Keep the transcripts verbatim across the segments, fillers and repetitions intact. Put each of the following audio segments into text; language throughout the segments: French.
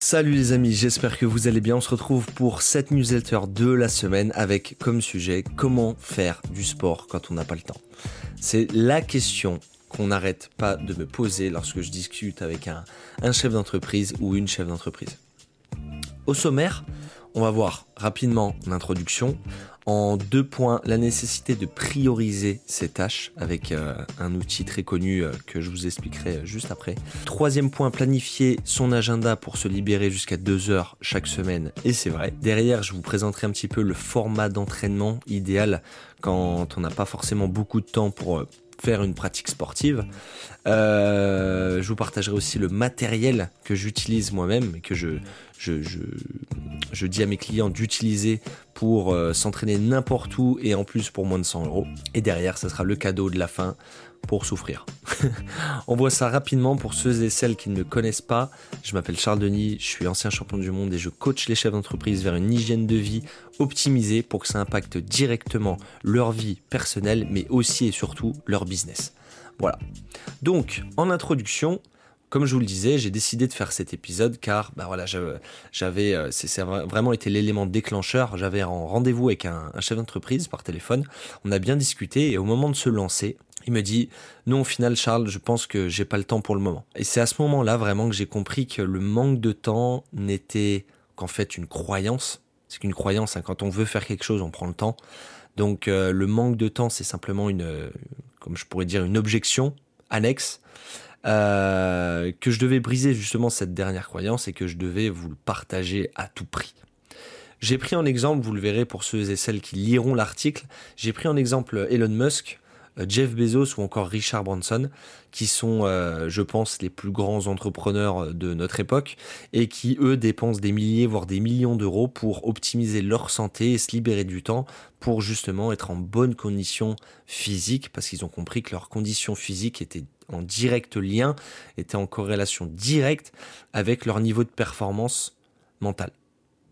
Salut les amis, j'espère que vous allez bien. On se retrouve pour cette newsletter de la semaine avec comme sujet comment faire du sport quand on n'a pas le temps. C'est la question qu'on n'arrête pas de me poser lorsque je discute avec un, un chef d'entreprise ou une chef d'entreprise. Au sommaire, on va voir rapidement l'introduction. En deux points, la nécessité de prioriser ses tâches avec euh, un outil très connu euh, que je vous expliquerai juste après. Troisième point, planifier son agenda pour se libérer jusqu'à deux heures chaque semaine. Et c'est vrai. Derrière, je vous présenterai un petit peu le format d'entraînement idéal quand on n'a pas forcément beaucoup de temps pour euh, faire une pratique sportive. Euh, je vous partagerai aussi le matériel que j'utilise moi-même et que je, je, je, je dis à mes clients d'utiliser pour euh, s'entraîner n'importe où et en plus pour moins de cent euros. Et derrière, ça sera le cadeau de la fin pour souffrir. On voit ça rapidement pour ceux et celles qui ne me connaissent pas. Je m'appelle Charles Denis, je suis ancien champion du monde et je coach les chefs d'entreprise vers une hygiène de vie optimisée pour que ça impacte directement leur vie personnelle, mais aussi et surtout leur business. Voilà. Donc, en introduction, comme je vous le disais, j'ai décidé de faire cet épisode car bah voilà, j'avais, c'est, c'est vraiment été l'élément déclencheur. J'avais un rendez-vous avec un, un chef d'entreprise par téléphone. On a bien discuté et au moment de se lancer, il me dit « Non, au final, Charles, je pense que j'ai pas le temps pour le moment. » Et c'est à ce moment-là vraiment que j'ai compris que le manque de temps n'était qu'en fait une croyance. C'est qu'une croyance, hein, quand on veut faire quelque chose, on prend le temps. Donc euh, le manque de temps, c'est simplement une, euh, comme je pourrais dire, une objection annexe. Euh, que je devais briser justement cette dernière croyance et que je devais vous le partager à tout prix. J'ai pris en exemple, vous le verrez pour ceux et celles qui liront l'article, j'ai pris en exemple Elon Musk, Jeff Bezos ou encore Richard Branson, qui sont, euh, je pense, les plus grands entrepreneurs de notre époque et qui, eux, dépensent des milliers, voire des millions d'euros pour optimiser leur santé et se libérer du temps pour justement être en bonne condition physique parce qu'ils ont compris que leur condition physique était en direct lien, étaient en corrélation directe avec leur niveau de performance mentale. D'accord ?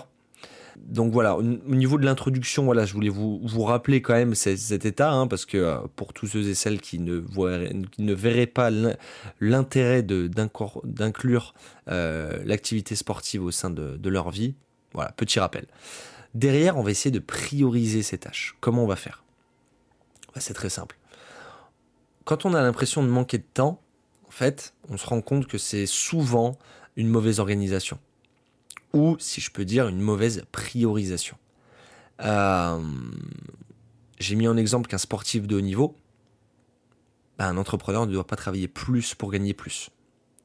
Donc voilà, au niveau de l'introduction, voilà, je voulais vous, vous rappeler quand même cet, cet état, hein, parce que euh, pour tous ceux et celles qui ne, voiraient, qui ne verraient pas l'intérêt de, d'inclure euh, l'activité sportive au sein de, de leur vie, voilà, petit rappel. Derrière, on va essayer de prioriser ces tâches. Comment on va faire ? bah, C'est très simple. Quand on a l'impression de manquer de temps, en fait, on se rend compte que c'est souvent une mauvaise organisation. Ou, si je peux dire, une mauvaise priorisation. Euh, j'ai mis en exemple qu'un sportif de haut niveau, ben un entrepreneur ne doit pas travailler plus pour gagner plus. D'accord ?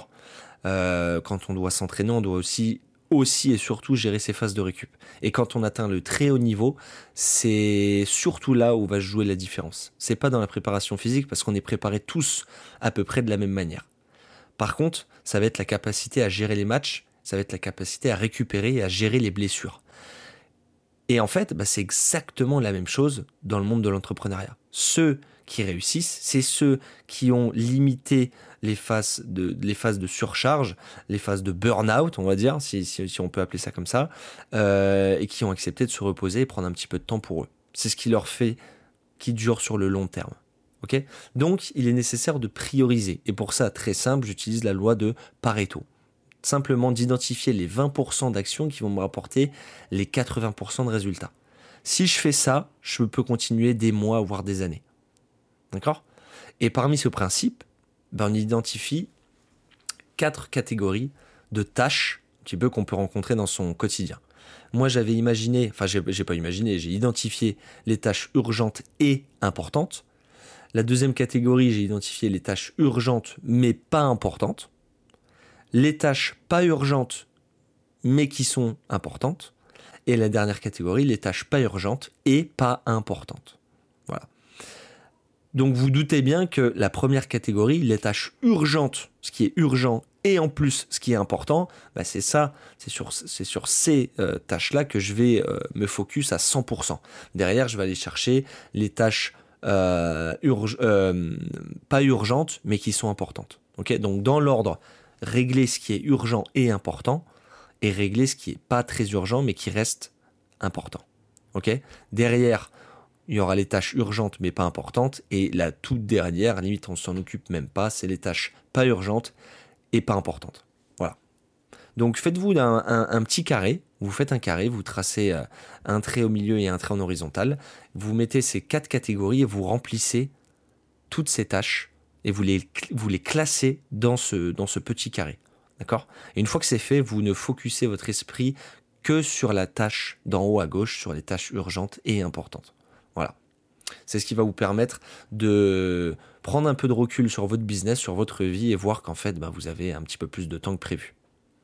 euh, Quand on doit s'entraîner, on doit aussi, aussi et surtout gérer ses phases de récup. Et quand on atteint le très haut niveau, c'est surtout là où va jouer la différence. C'est pas dans la préparation physique parce qu'on est préparés tous à peu près de la même manière. Par contre, ça va être la capacité à gérer les matchs, ça va être la capacité à récupérer et à gérer les blessures. Et en fait, bah, c'est exactement la même chose dans le monde de l'entrepreneuriat. Ceux qui réussissent, c'est ceux qui ont limité les phases de, les phases de surcharge, les phases de burn-out, on va dire, si, si, si on peut appeler ça comme ça, euh, et qui ont accepté de se reposer et prendre un petit peu de temps pour eux. C'est ce qui leur fait, qui dure sur le long terme. Okay ? Donc, il est nécessaire de prioriser. Et pour ça, très simple, j'utilise la loi de Pareto. Simplement d'identifier les vingt pour cent d'actions qui vont me rapporter les quatre-vingts pour cent de résultats. Si je fais ça, je peux continuer des mois, voire des années. D'accord ? Et parmi ce principe, ben on identifie quatre catégories de tâches un petit peu qu'on peut rencontrer dans son quotidien. Moi, j'avais imaginé, enfin, j'ai, j'ai pas imaginé, j'ai identifié les tâches urgentes et importantes. La deuxième catégorie, j'ai identifié les tâches urgentes mais pas importantes. Les tâches pas urgentes, mais qui sont importantes. Et la dernière catégorie, les tâches pas urgentes et pas importantes. Voilà. Donc vous doutez bien que la première catégorie, les tâches urgentes, ce qui est urgent et en plus ce qui est important, bah c'est ça, c'est sur, c'est sur ces euh, tâches-là que je vais euh, me focus à cent pour cent. Derrière, je vais aller chercher les tâches euh, urg- euh, pas urgentes, mais qui sont importantes. Okay ? Donc dans l'ordre, régler ce qui est urgent et important, et régler ce qui n'est pas très urgent, mais qui reste important. Okay ? Derrière, il y aura les tâches urgentes, mais pas importantes, et la toute dernière, limite on ne s'en occupe même pas, c'est les tâches pas urgentes et pas importantes. Voilà. Donc faites-vous un, un, un petit carré, vous faites un carré, vous tracez un trait au milieu et un trait en horizontal, vous mettez ces quatre catégories et vous remplissez toutes ces tâches et vous les, vous les classez dans ce, dans ce petit carré. D'accord ? Et une fois que c'est fait, vous ne focussez votre esprit que sur la tâche d'en haut à gauche, sur les tâches urgentes et importantes. Voilà. C'est ce qui va vous permettre de prendre un peu de recul sur votre business, sur votre vie et voir qu'en fait, bah, vous avez un petit peu plus de temps que prévu.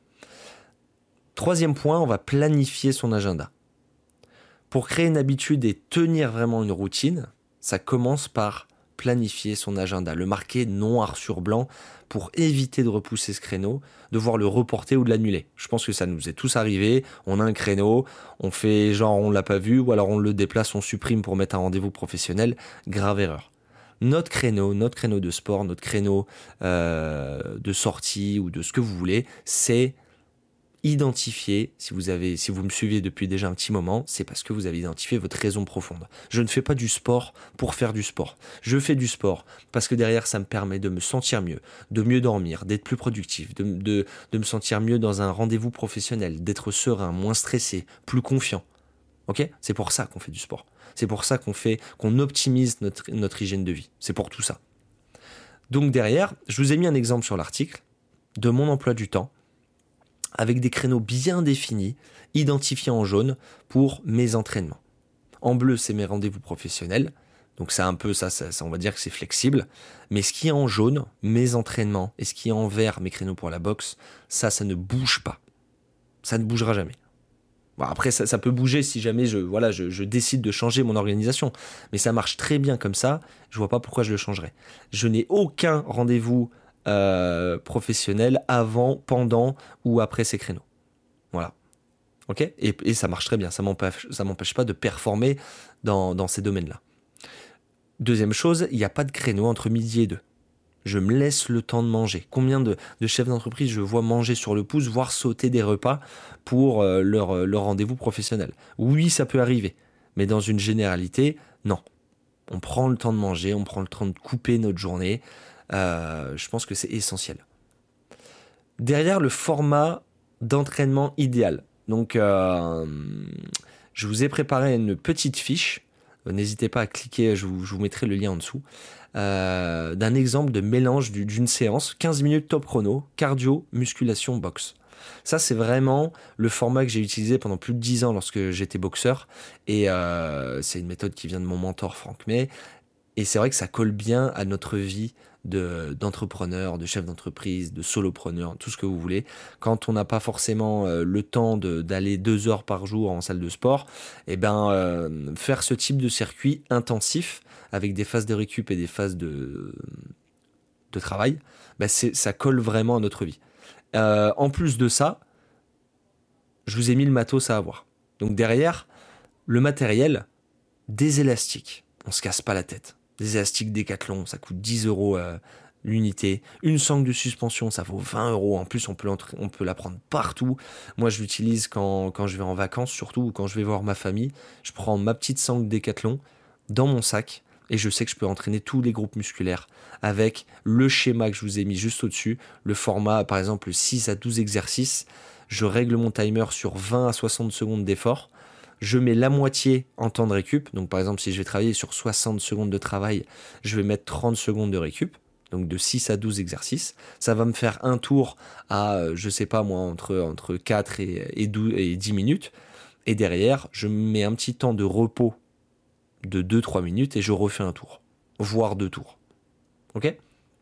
Troisième point, on va planifier son agenda. Pour créer une habitude et tenir vraiment une routine, ça commence par planifier son agenda, le marquer noir sur blanc pour éviter de repousser ce créneau, devoir le reporter ou de l'annuler. Je pense que ça nous est tous arrivé, on a un créneau, on fait genre on l'a pas vu ou alors on le déplace, on supprime pour mettre un rendez-vous professionnel, grave erreur. Notre créneau, notre créneau de sport, notre créneau euh, de sortie ou de ce que vous voulez, c'est identifier, si vous avez, si vous me suivez depuis déjà un petit moment, c'est parce que vous avez identifié votre raison profonde. Je ne fais pas du sport pour faire du sport. Je fais du sport parce que derrière, ça me permet de me sentir mieux, de mieux dormir, d'être plus productif, de, de, de me sentir mieux dans un rendez-vous professionnel, d'être serein, moins stressé, plus confiant. Ok ? C'est pour ça qu'on fait du sport. C'est pour ça qu'on fait, qu'on optimise notre, notre hygiène de vie. C'est pour tout ça. Donc derrière, je vous ai mis un exemple sur l'article de mon emploi du temps, avec des créneaux bien définis, identifiés en jaune pour mes entraînements. En bleu, c'est mes rendez-vous professionnels, donc c'est un peu ça, ça, ça, on va dire que c'est flexible. Mais ce qui est en jaune, mes entraînements, et ce qui est en vert, mes créneaux pour la boxe, ça, ça ne bouge pas. Ça ne bougera jamais. Bon, après, ça, ça peut bouger si jamais je, voilà, je, je décide de changer mon organisation. Mais ça marche très bien comme ça, je vois pas pourquoi je le changerais. Je n'ai aucun rendez-vous Euh, professionnel avant, pendant ou après ces créneaux. Voilà. Ok ? et, et ça marche très bien. Ça m'empêche, ça m'empêche pas de performer dans, dans ces domaines-là. Deuxième chose, il n'y a pas de créneau entre midi et deux. Je me laisse le temps de manger. Combien de, de chefs d'entreprise je vois manger sur le pouce, voire sauter des repas pour euh, leur, leur rendez-vous professionnel ? Oui, ça peut arriver. Mais dans une généralité, non. On prend le temps de manger, on prend le temps de couper notre journée. Euh, je pense que c'est essentiel. Derrière, le format d'entraînement idéal. Donc, euh, je vous ai préparé une petite fiche. N'hésitez pas à cliquer, je vous, je vous mettrai le lien en dessous. Euh, d'un exemple de mélange du, d'une séance, quinze minutes top chrono, cardio, musculation, boxe. Ça, c'est vraiment le format que j'ai utilisé pendant plus de dix ans lorsque j'étais boxeur. Et euh, c'est une méthode qui vient de mon mentor Franck May. Et c'est vrai que ça colle bien à notre vie de, d'entrepreneur, de chef d'entreprise, de solopreneur, tout ce que vous voulez. Quand on n'a pas forcément euh, le temps de, d'aller deux heures par jour en salle de sport, eh ben, euh, faire ce type de circuit intensif avec des phases de récup et des phases de, de travail, ben c'est, ça colle vraiment à notre vie. Euh, en plus de ça, je vous ai mis le matos à avoir. Donc derrière, le matériel, des élastiques. On se casse pas la tête. Des élastiques Décathlon, ça coûte dix euros euh, l'unité. Une sangle de suspension, ça vaut vingt euros. En plus, on peut, on peut la prendre partout. Moi, je l'utilise quand, quand je vais en vacances, surtout, ou quand je vais voir ma famille. Je prends ma petite sangle Décathlon dans mon sac et je sais que je peux entraîner tous les groupes musculaires avec le schéma que je vous ai mis juste au-dessus. Le format, par exemple, six à douze exercices. Je règle mon timer sur vingt à soixante secondes d'effort. Je mets la moitié en temps de récup. Donc, par exemple, si je vais travailler sur soixante secondes de travail, je vais mettre trente secondes de récup. Donc, de six à douze exercices. Ça va me faire un tour à, je sais pas moi, entre, entre quatre et, et, douze, et dix minutes. Et derrière, je mets un petit temps de repos de deux à trois minutes et je refais un tour. Voire deux tours. Ok ?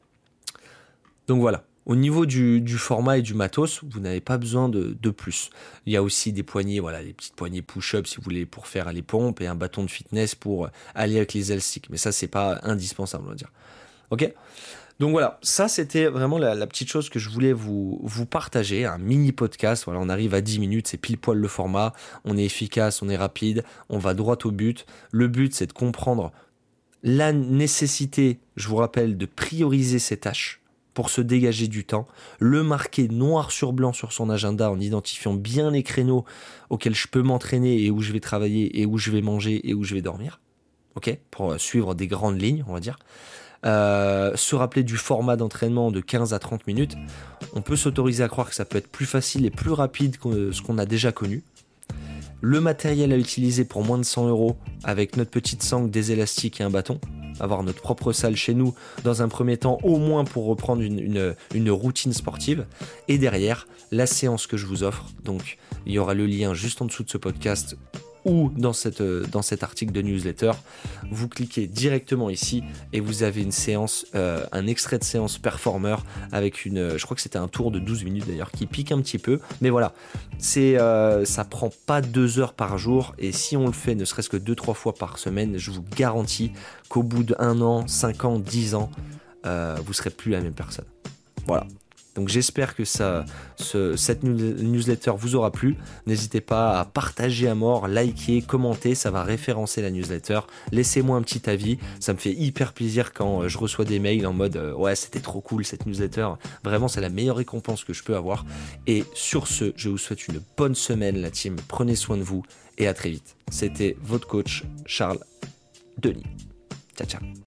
Donc, voilà. Au niveau du, du format et du matos, vous n'avez pas besoin de, de plus. Il y a aussi des poignées, voilà, des petites poignées push-up si vous voulez pour faire les pompes et un bâton de fitness pour aller avec les élastiques. Mais ça, c'est pas indispensable, on va dire. Ok ? Donc voilà, ça c'était vraiment la, la petite chose que je voulais vous, vous partager, un mini podcast. Voilà, on arrive à dix minutes, c'est pile poil le format. On est efficace, on est rapide, on va droit au but. Le but, c'est de comprendre la nécessité, je vous rappelle, de prioriser ses tâches pour se dégager du temps, le marquer noir sur blanc sur son agenda en identifiant bien les créneaux auxquels je peux m'entraîner et où je vais travailler et où je vais manger et où je vais dormir, ok, pour suivre des grandes lignes, on va dire. euh, se rappeler du format d'entraînement de quinze à trente minutes. On peut s'autoriser à croire que ça peut être plus facile et plus rapide que ce qu'on a déjà connu. Le matériel à utiliser pour moins de cent euros avec notre petite sangle, des élastiques et un bâton. Avoir notre propre salle chez nous dans un premier temps, au moins pour reprendre une, une, une routine sportive. Et derrière, la séance que je vous offre. Donc, il y aura le lien juste en dessous de ce podcast ou dans, cette, dans cet article de newsletter. Vous cliquez directement ici et vous avez une séance, euh, un extrait de séance performer avec une, je crois que c'était un tour de douze minutes d'ailleurs, qui pique un petit peu. Mais voilà, c'est, euh, ça prend pas deux heures par jour et si on le fait ne serait-ce que deux trois fois par semaine, je vous garantis qu'au bout d'un an, cinq ans, dix ans, euh, vous serez plus la même personne. Voilà. Donc j'espère que ça, ce, cette newsletter vous aura plu. N'hésitez pas à partager à mort, liker, commenter, ça va référencer la newsletter. Laissez-moi un petit avis, ça me fait hyper plaisir quand je reçois des mails en mode euh, ouais c'était trop cool cette newsletter. Vraiment c'est la meilleure récompense que je peux avoir. Et sur ce, je vous souhaite une bonne semaine la team. Prenez soin de vous et à très vite. C'était votre coach Charles Denis. Ciao ciao.